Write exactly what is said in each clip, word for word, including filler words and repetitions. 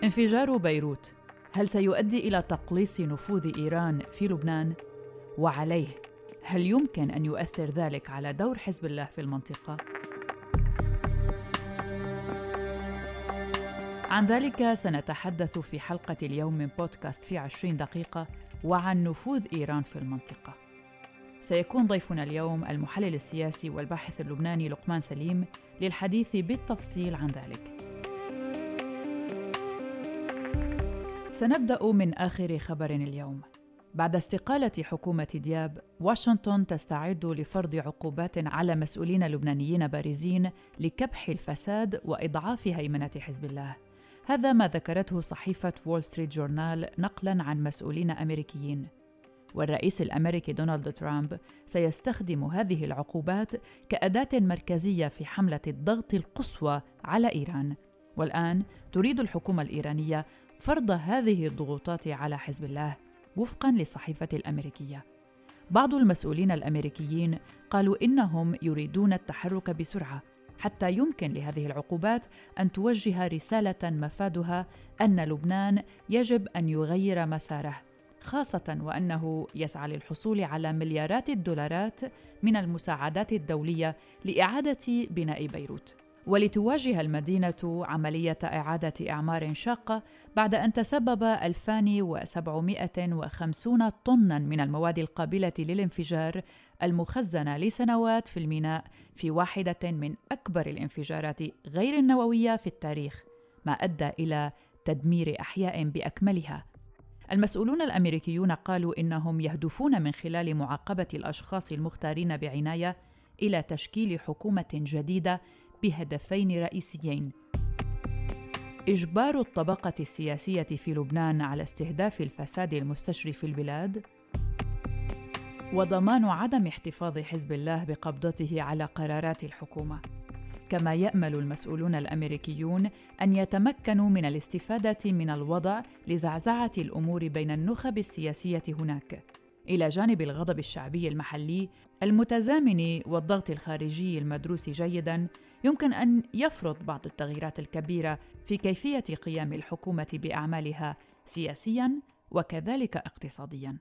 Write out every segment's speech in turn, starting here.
انفجار بيروت هل سيؤدي إلى تقليص نفوذ إيران في لبنان؟ وعليه هل يمكن أن يؤثر ذلك على دور حزب الله في المنطقة؟ عن ذلك سنتحدث في حلقة اليوم من بودكاست في عشرين دقيقة، وعن نفوذ إيران في المنطقة. سيكون ضيفنا اليوم المحلل السياسي والباحث اللبناني لقمان سليم للحديث بالتفصيل عن ذلك. سنبدأ من آخر خبر اليوم. بعد استقالة حكومة دياب، واشنطن تستعد لفرض عقوبات على مسؤولين لبنانيين بارزين لكبح الفساد وإضعاف هيمنة حزب الله. هذا ما ذكرته صحيفة وول ستريت جورنال نقلاً عن مسؤولين أمريكيين. والرئيس الأمريكي دونالد ترامب سيستخدم هذه العقوبات كأداة مركزية في حملة الضغط القصوى على إيران. والآن تريد الحكومة الإيرانية فرض هذه الضغوطات على حزب الله وفقاً للصحيفة الأمريكية. بعض المسؤولين الأمريكيين قالوا إنهم يريدون التحرك بسرعة حتى يمكن لهذه العقوبات أن توجه رسالة مفادها أن لبنان يجب أن يغير مساره، خاصة وأنه يسعى للحصول على مليارات الدولارات من المساعدات الدولية لإعادة بناء بيروت، ولتواجه المدينة عملية إعادة إعمار شاقة بعد أن تسبب ألفين وسبعمائة وخمسين طناً من المواد القابلة للانفجار المخزنة لسنوات في الميناء في واحدة من أكبر الانفجارات غير النووية في التاريخ، ما أدى إلى تدمير أحياء بأكملها. المسؤولون الأمريكيون قالوا إنهم يهدفون من خلال معاقبة الأشخاص المختارين بعناية إلى تشكيل حكومة جديدة بهدفين رئيسيين: إجبار الطبقة السياسية في لبنان على استهداف الفساد المستشري في البلاد، وضمان عدم احتفاظ حزب الله بقبضته على قرارات الحكومة. كما يأمل المسؤولون الأمريكيون أن يتمكنوا من الاستفادة من الوضع لزعزعة الأمور بين النخب السياسية هناك، إلى جانب الغضب الشعبي المحلي المتزامن والضغط الخارجي المدروس جيداً. يمكن أن يفرض بعض التغييرات الكبيرة في كيفية قيام الحكومة بأعمالها سياسياً وكذلك اقتصادياً.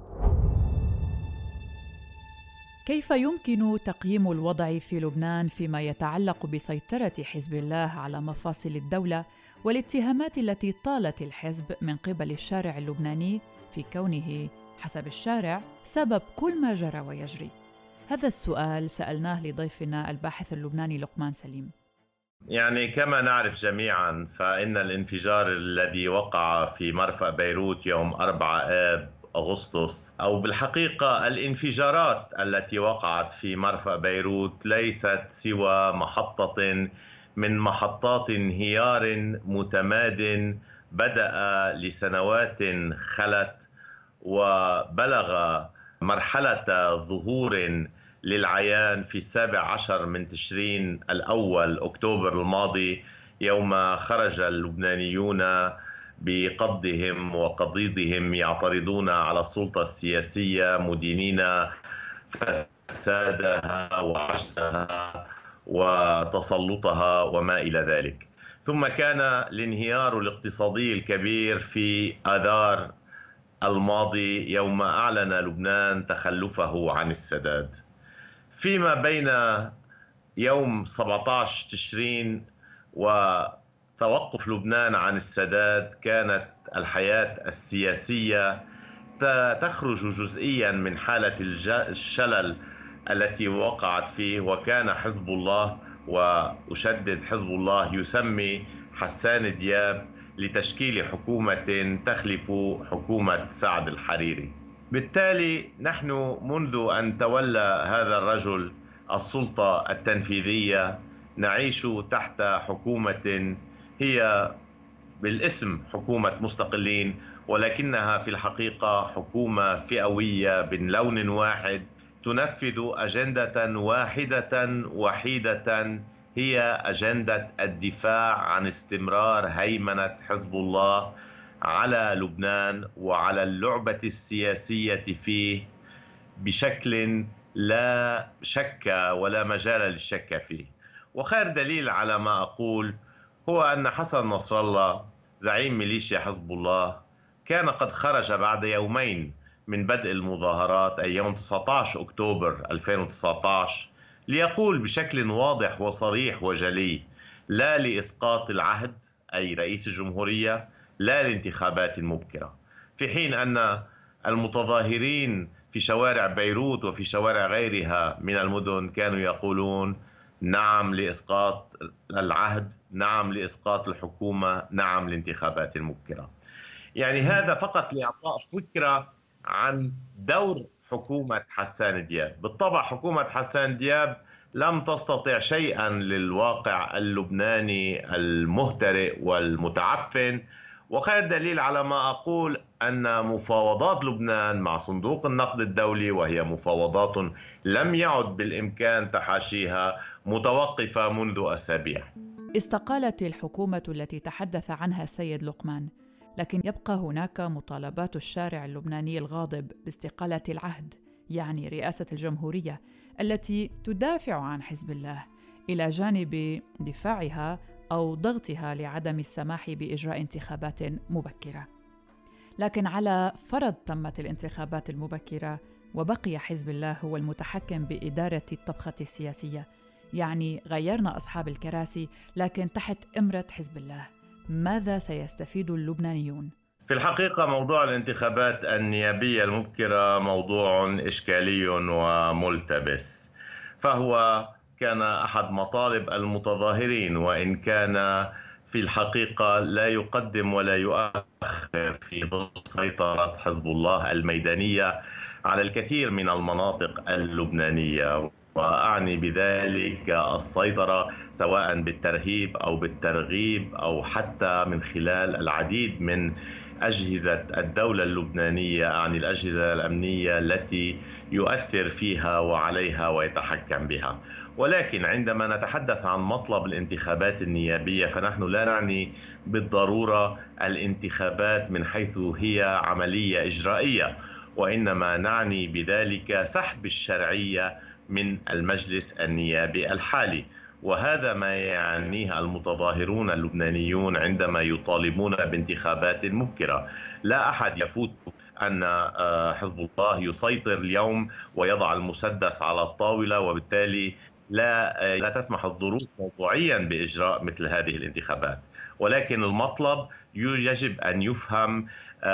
كيف يمكن تقييم الوضع في لبنان فيما يتعلق بسيطرة حزب الله على مفاصل الدولة والاتهامات التي طالت الحزب من قبل الشارع اللبناني في كونه حسب الشارع سبب كل ما جرى ويجري؟ هذا السؤال سألناه لضيفنا الباحث اللبناني لقمان سليم. يعني كما نعرف جميعاً فإن الانفجار الذي وقع في مرفأ بيروت يوم أربعة آب أغسطس، أو بالحقيقة الانفجارات التي وقعت في مرفأ بيروت ليست سوى محطة من محطات انهيار متماد بدأ لسنوات خلت وبلغ مرحلة ظهور للعيان في السابع عشر من تشرين الأول أكتوبر الماضي، يوم خرج اللبنانيون بقضهم وقضيضهم يعترضون على السلطة السياسية مدينين فسادها وعجزها وتسلطها وما إلى ذلك. ثم كان الانهيار الاقتصادي الكبير في آذار الماضي يوم أعلن لبنان تخلفه عن السداد. فيما بين يوم سبعة عشر تشرين وتوقف لبنان عن السداد كانت الحياة السياسية تخرج جزئيا من حالة الشلل التي وقعت فيه، وكان حزب الله، وأشدد حزب الله، يسمي حسان دياب لتشكيل حكومة تخلف حكومة سعد الحريري. بالتالي نحن منذ أن تولى هذا الرجل السلطة التنفيذية نعيش تحت حكومة هي بالاسم حكومة مستقلين، ولكنها في الحقيقة حكومة فئوية من لون واحد تنفذ أجندة واحدة وحيدة، هي أجندة الدفاع عن استمرار هيمنة حزب الله على لبنان وعلى اللعبة السياسية فيه بشكل لا شك ولا مجال للشك فيه. وخير دليل على ما أقول هو أن حسن نصر الله زعيم ميليشيا حزب الله، كان قد خرج بعد يومين من بدء المظاهرات أي يوم تسعة عشر أكتوبر ألفين وتسعة عشر ليقول بشكل واضح وصريح وجلي: لا لإسقاط العهد أي رئيس الجمهورية، لا لانتخابات مبكرة، في حين أن المتظاهرين في شوارع بيروت وفي شوارع غيرها من المدن كانوا يقولون نعم لإسقاط العهد، نعم لإسقاط الحكومة، نعم لانتخابات مبكرة. يعني هذا فقط لإعطاء فكرة عن دور حكومة حسان دياب. بالطبع حكومة حسان دياب لم تستطع شيئا للواقع اللبناني المهترئ والمتعفن، وخير دليل على ما أقول أن مفاوضات لبنان مع صندوق النقد الدولي، وهي مفاوضات لم يعد بالإمكان تحاشيها، متوقفة منذ أسابيع. استقالت الحكومة التي تحدث عنها السيد لقمان، لكن يبقى هناك مطالبات الشارع اللبناني الغاضب باستقالة العهد، يعني رئاسة الجمهورية التي تدافع عن حزب الله، إلى جانب دفاعها أو ضغطها لعدم السماح بإجراء انتخابات مبكرة. لكن على فرض تمت الانتخابات المبكرة وبقي حزب الله هو المتحكم بإدارة الطبخة السياسية، يعني غيرنا أصحاب الكراسي لكن تحت إمرة حزب الله، ماذا سيستفيد اللبنانيون؟ في الحقيقة موضوع الانتخابات النيابية المبكرة موضوع إشكالي وملتبس، فهو كان أحد مطالب المتظاهرين، وإن كان في الحقيقة لا يقدم ولا يؤخر في ظل سيطرة حزب الله الميدانية على الكثير من المناطق اللبنانية، وأعني بذلك السيطرة سواء بالترهيب أو بالترغيب أو حتى من خلال العديد من أجهزة الدولة اللبنانية، أعني الأجهزة الأمنية التي يؤثر فيها وعليها ويتحكم بها. ولكن عندما نتحدث عن مطلب الانتخابات النيابية فنحن لا نعني بالضرورة الانتخابات من حيث هي عملية إجرائية، وإنما نعني بذلك سحب الشرعية من المجلس النيابي الحالي. وهذا ما يعنيه المتظاهرون اللبنانيون عندما يطالبون بانتخابات مبكرة. لا أحد يفوت أن حزب الله يسيطر اليوم ويضع المسدس على الطاولة، وبالتالي لا لا تسمح الظروف موضوعيا بإجراء مثل هذه الانتخابات. ولكن المطلب يجب أن يفهم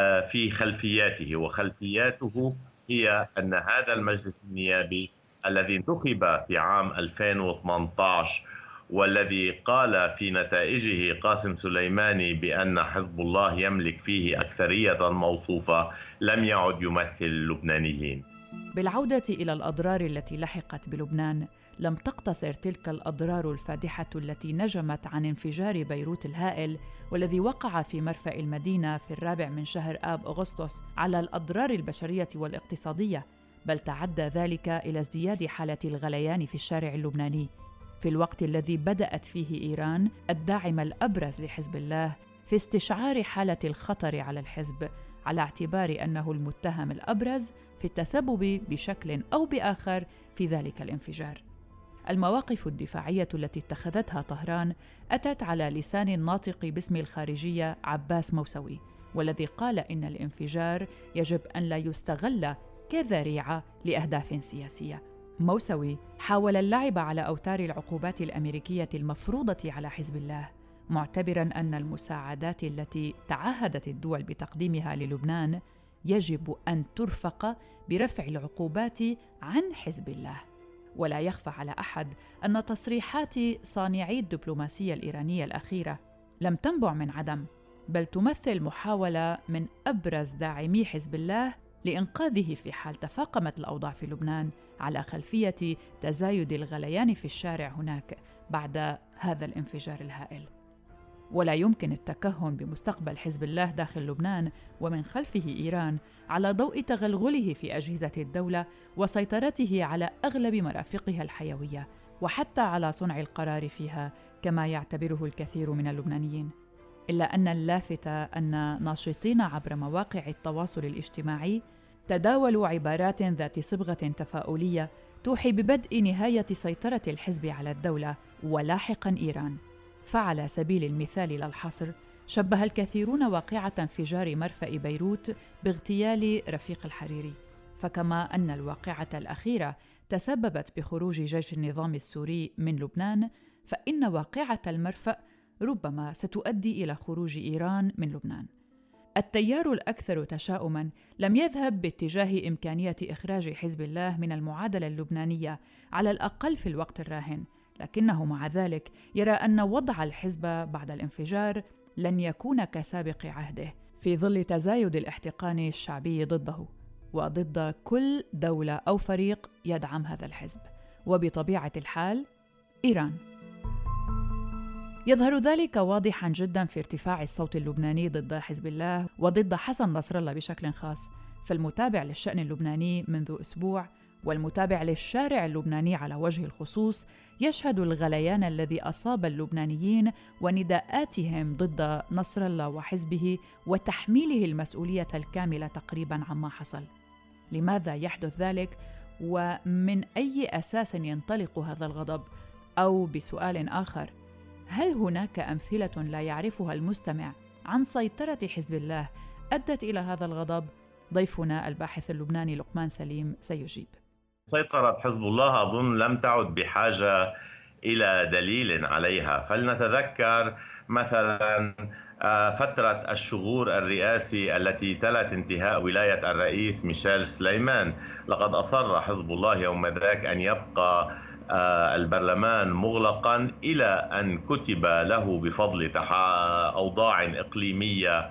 في خلفياته، وخلفياته هي أن هذا المجلس النيابي الذي انتخب في عام ألفين وثمانية عشر والذي قال في نتائجه قاسم سليماني بأن حزب الله يملك فيه أكثرية موصوفة لم يعد يمثل اللبنانيين. بالعودة إلى الأضرار التي لحقت بلبنان، لم تقتصر تلك الأضرار الفادحة التي نجمت عن انفجار بيروت الهائل والذي وقع في مرفأ المدينة في الرابع من شهر آب أغسطس على الأضرار البشرية والاقتصادية، بل تعدى ذلك إلى ازدياد حالة الغليان في الشارع اللبناني، في الوقت الذي بدأت فيه إيران الداعم الأبرز لحزب الله في استشعار حالة الخطر على الحزب، على اعتبار أنه المتهم الأبرز في التسبب بشكل أو بآخر في ذلك الانفجار. المواقف الدفاعية التي اتخذتها طهران أتت على لسان الناطق باسم الخارجية عباس موسوي، والذي قال إن الانفجار يجب أن لا يستغل كذريعة لأهداف سياسية. موسوي حاول اللعب على أوتار العقوبات الأمريكية المفروضة على حزب الله، معتبراً أن المساعدات التي تعهدت الدول بتقديمها للبنان يجب أن ترفق برفع العقوبات عن حزب الله. ولا يخفى على أحد أن تصريحات صانعي الدبلوماسية الإيرانية الأخيرة لم تنبع من عدم، بل تمثل محاولة من أبرز داعمي حزب الله لإنقاذه في حال تفاقمت الأوضاع في لبنان على خلفية تزايد الغليان في الشارع هناك بعد هذا الانفجار الهائل. ولا يمكن التكهن بمستقبل حزب الله داخل لبنان ومن خلفه إيران على ضوء تغلغله في أجهزة الدولة وسيطرته على أغلب مرافقها الحيوية وحتى على صنع القرار فيها كما يعتبره الكثير من اللبنانيين. إلا أن اللافت أن ناشطين عبر مواقع التواصل الاجتماعي تداولوا عبارات ذات صبغة تفاؤلية توحي ببدء نهاية سيطرة الحزب على الدولة ولاحقاً إيران. فعلى سبيل المثال لا الحصر، شبه الكثيرون واقعة انفجار مرفأ بيروت باغتيال رفيق الحريري، فكما أن الواقعة الأخيرة تسببت بخروج جيش النظام السوري من لبنان، فإن واقعة المرفأ ربما ستؤدي إلى خروج إيران من لبنان. التيار الأكثر تشاؤماً لم يذهب باتجاه إمكانية إخراج حزب الله من المعادلة اللبنانية على الأقل في الوقت الراهن، لكنه مع ذلك يرى أن وضع الحزب بعد الانفجار لن يكون كسابق عهده في ظل تزايد الاحتقان الشعبي ضده وضد كل دولة أو فريق يدعم هذا الحزب، وبطبيعة الحال إيران. يظهر ذلك واضحاً جداً في ارتفاع الصوت اللبناني ضد حزب الله وضد حسن نصر الله بشكل خاص، فالمتابع للشأن اللبناني منذ أسبوع والمتابع للشارع اللبناني على وجه الخصوص يشهد الغليان الذي أصاب اللبنانيين ونداءاتهم ضد نصر الله وحزبه وتحميله المسؤولية الكاملة تقريباً عما حصل. لماذا يحدث ذلك؟ ومن أي أساس ينطلق هذا الغضب؟ أو بسؤال آخر، هل هناك أمثلة لا يعرفها المستمع عن سيطرة حزب الله أدت إلى هذا الغضب؟ ضيفنا الباحث اللبناني لقمان سليم سيجيب. سيطرة حزب الله أظن لم تعد بحاجة إلى دليل عليها، فلنتذكر مثلا فترة الشغور الرئاسي التي تلت انتهاء ولاية الرئيس ميشيل سليمان. لقد أصر حزب الله يوم ذاك أن يبقى البرلمان مغلقا إلى أن كتب له بفضل أوضاع إقليمية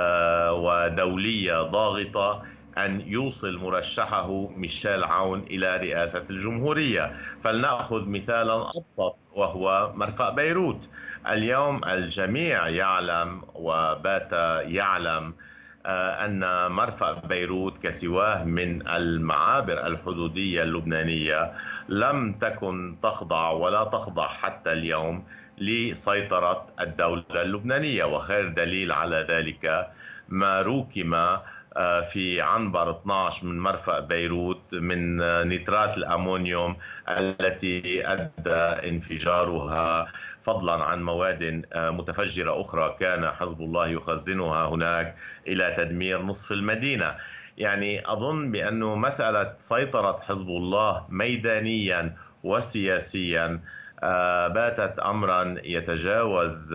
ودولية ضاغطة أن يوصل مرشحه ميشيل عون إلى رئاسة الجمهورية. فلنأخذ مثالا أبسط وهو مرفأ بيروت. اليوم الجميع يعلم وبات يعلم أن مرفأ بيروت كسواه من المعابر الحدودية اللبنانية لم تكن تخضع ولا تخضع حتى اليوم لسيطرة الدولة اللبنانية، وخير دليل على ذلك ما روكم في عنبر اثني عشر من مرفأ بيروت من نترات الأمونيوم التي أدى انفجارها، فضلا عن مواد متفجرة أخرى كان حزب الله يخزنها هناك، إلى تدمير نصف المدينة. يعني أظن بأنه مسألة سيطرة حزب الله ميدانيا وسياسيا باتت أمرا يتجاوز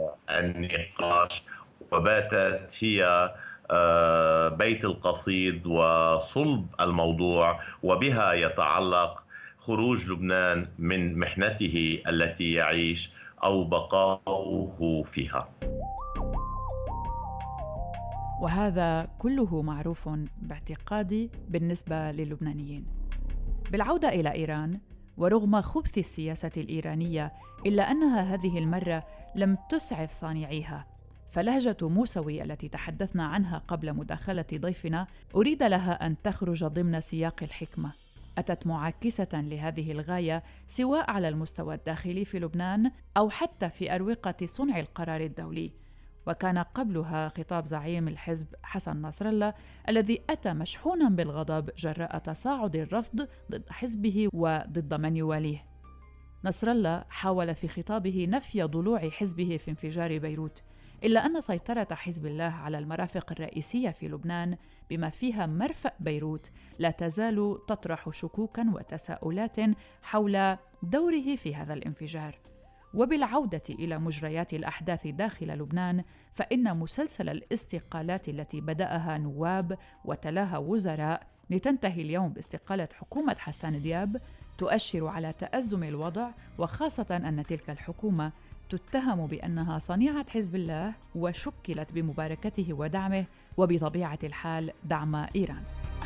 النقاش، وباتت هي بيت القصيد وصلب الموضوع، وبها يتعلق خروج لبنان من محنته التي يعيش أو بقاؤه فيها. وهذا كله معروف باعتقادي بالنسبة للبنانيين. بالعودة إلى إيران، ورغم خبث السياسة الإيرانية إلا أنها هذه المرة لم تسعف صانعيها، فلهجة موسوي التي تحدثنا عنها قبل مداخلة ضيفنا أريد لها أن تخرج ضمن سياق الحكمة، أتت معاكسة لهذه الغاية سواء على المستوى الداخلي في لبنان أو حتى في أروقة صنع القرار الدولي. وكان قبلها خطاب زعيم الحزب حسن نصر الله الذي أتى مشحونا بالغضب جراء تصاعد الرفض ضد حزبه وضد من يواليه. نصر الله حاول في خطابه نفي ضلوع حزبه في انفجار بيروت، إلا أن سيطرة حزب الله على المرافق الرئيسية في لبنان بما فيها مرفأ بيروت لا تزال تطرح شكوكاً وتساؤلات حول دوره في هذا الانفجار. وبالعودة إلى مجريات الأحداث داخل لبنان، فإن مسلسل الاستقالات التي بدأها نواب وتلاها وزراء لتنتهي اليوم باستقالة حكومة حسان دياب تؤشر على تأزم الوضع، وخاصة أن تلك الحكومة تتهم بأنها صنيعة حزب الله وشكلت بمباركته ودعمه، وبطبيعة الحال دعم إيران.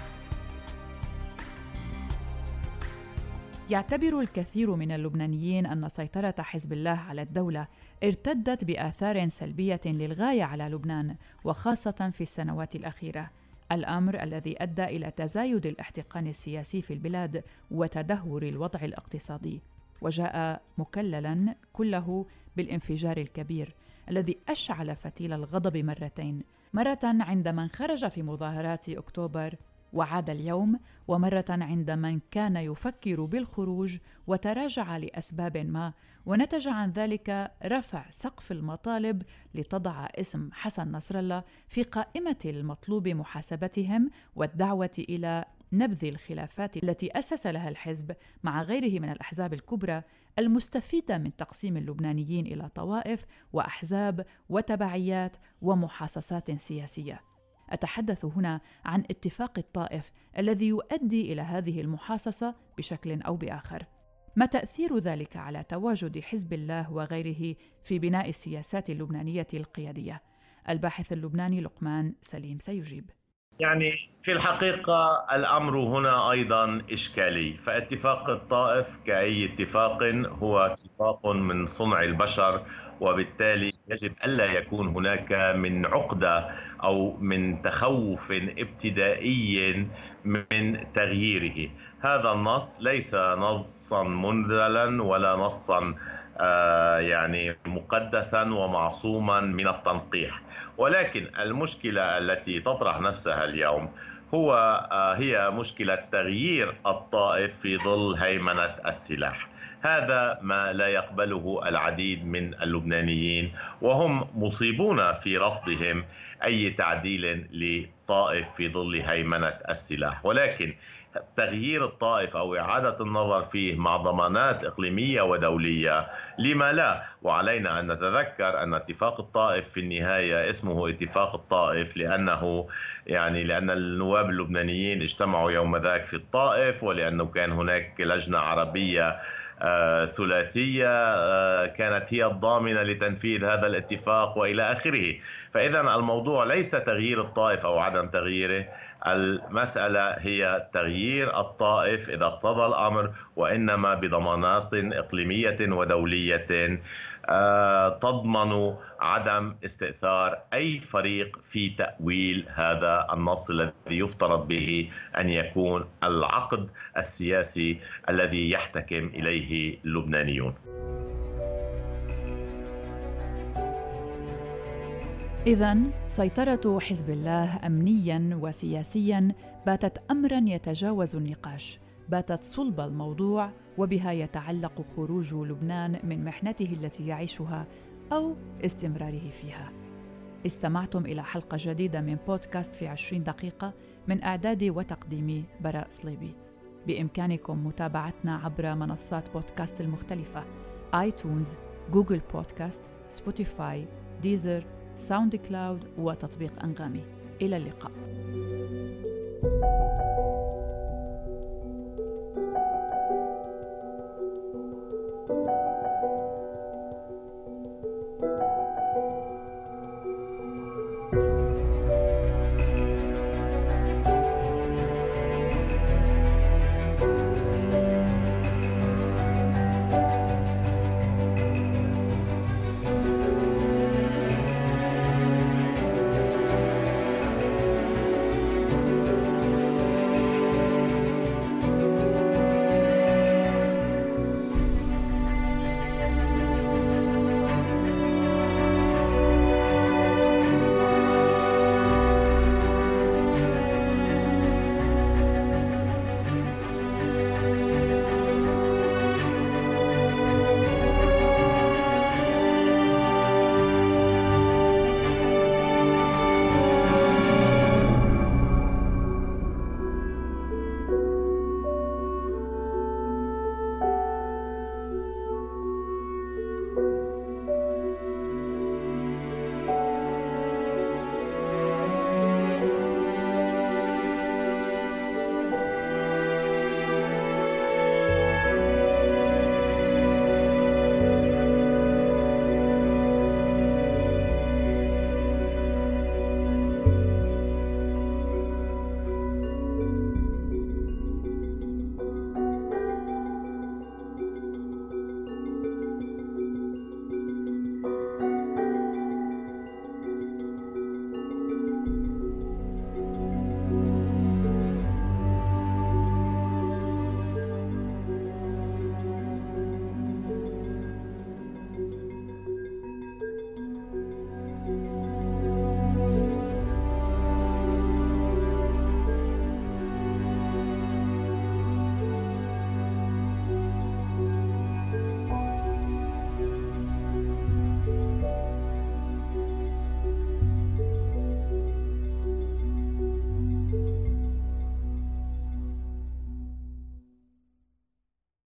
يعتبر الكثير من اللبنانيين أن سيطرة حزب الله على الدولة ارتدت بآثار سلبية للغاية على لبنان، وخاصة في السنوات الأخيرة، الأمر الذي أدى إلى تزايد الاحتقان السياسي في البلاد وتدهور الوضع الاقتصادي، وجاء مكللاً كله بالانفجار الكبير الذي أشعل فتيل الغضب مرتين، مرة عندما انخرج في مظاهرات أكتوبر وعاد اليوم ومرة عند من كان يفكر بالخروج وتراجع لأسباب ما، ونتج عن ذلك رفع سقف المطالب لتضع اسم حسن نصر الله في قائمة المطلوب محاسبتهم والدعوة إلى نبذ الخلافات التي أسس لها الحزب مع غيره من الأحزاب الكبرى المستفيدة من تقسيم اللبنانيين إلى طوائف وأحزاب وتبعيات ومحاصصات سياسية. أتحدث هنا عن اتفاق الطائف الذي يؤدي إلى هذه المحاصصة بشكل أو بآخر. ما تأثير ذلك على تواجد حزب الله وغيره في بناء السياسات اللبنانية القيادية؟ الباحث اللبناني لقمان سليم سيجيب. يعني في الحقيقة الأمر هنا أيضا إشكالي، فاتفاق الطائف كأي اتفاق هو اتفاق من صنع البشر، وبالتالي يجب ألا يكون هناك من عقدة أو من تخوف ابتدائي من تغييره. هذا النص ليس نصا منزلا ولا نصا آه يعني مقدسا ومعصوما من التنقيح، ولكن المشكلة التي تطرح نفسها اليوم هو آه هي مشكلة تغيير الطائف في ظل هيمنة السلاح. هذا ما لا يقبله العديد من اللبنانيين، وهم مصيبون في رفضهم أي تعديل لطائف في ظل هيمنة السلاح، ولكن تغيير الطائف أو إعادة النظر فيه مع ضمانات إقليمية ودولية لما لا؟ وعلينا أن نتذكر أن اتفاق الطائف في النهاية اسمه اتفاق الطائف لأنه يعني لأن النواب اللبنانيين اجتمعوا يوم ذاك في الطائف، ولأنه كان هناك لجنة عربية آه ثلاثية آه كانت هي الضامنة لتنفيذ هذا الاتفاق وإلى آخره. فإذا الموضوع ليس تغيير الطائف أو عدم تغييره، المسألة هي تغيير الطائف إذا اقتضى الأمر، وإنما بضمانات إقليمية ودولية تضمن عدم استئثار أي فريق في تأويل هذا النص الذي يفترض به أن يكون العقد السياسي الذي يحتكم إليه اللبنانيون. إذن سيطرة حزب الله أمنياً وسياسياً باتت أمراً يتجاوز النقاش، باتت صلب الموضوع، وبها يتعلق خروج لبنان من محنته التي يعيشها أو استمراره فيها. استمعتم إلى حلقة جديدة من بودكاست في عشرين دقيقة من إعداد وتقديم براء صليبي. بإمكانكم متابعتنا عبر منصات بودكاست المختلفة: آيتونز، جوجل بودكاست، سبوتيفاي، ديزر، ساوند كلاود وتطبيق أنغامي. إلى اللقاء.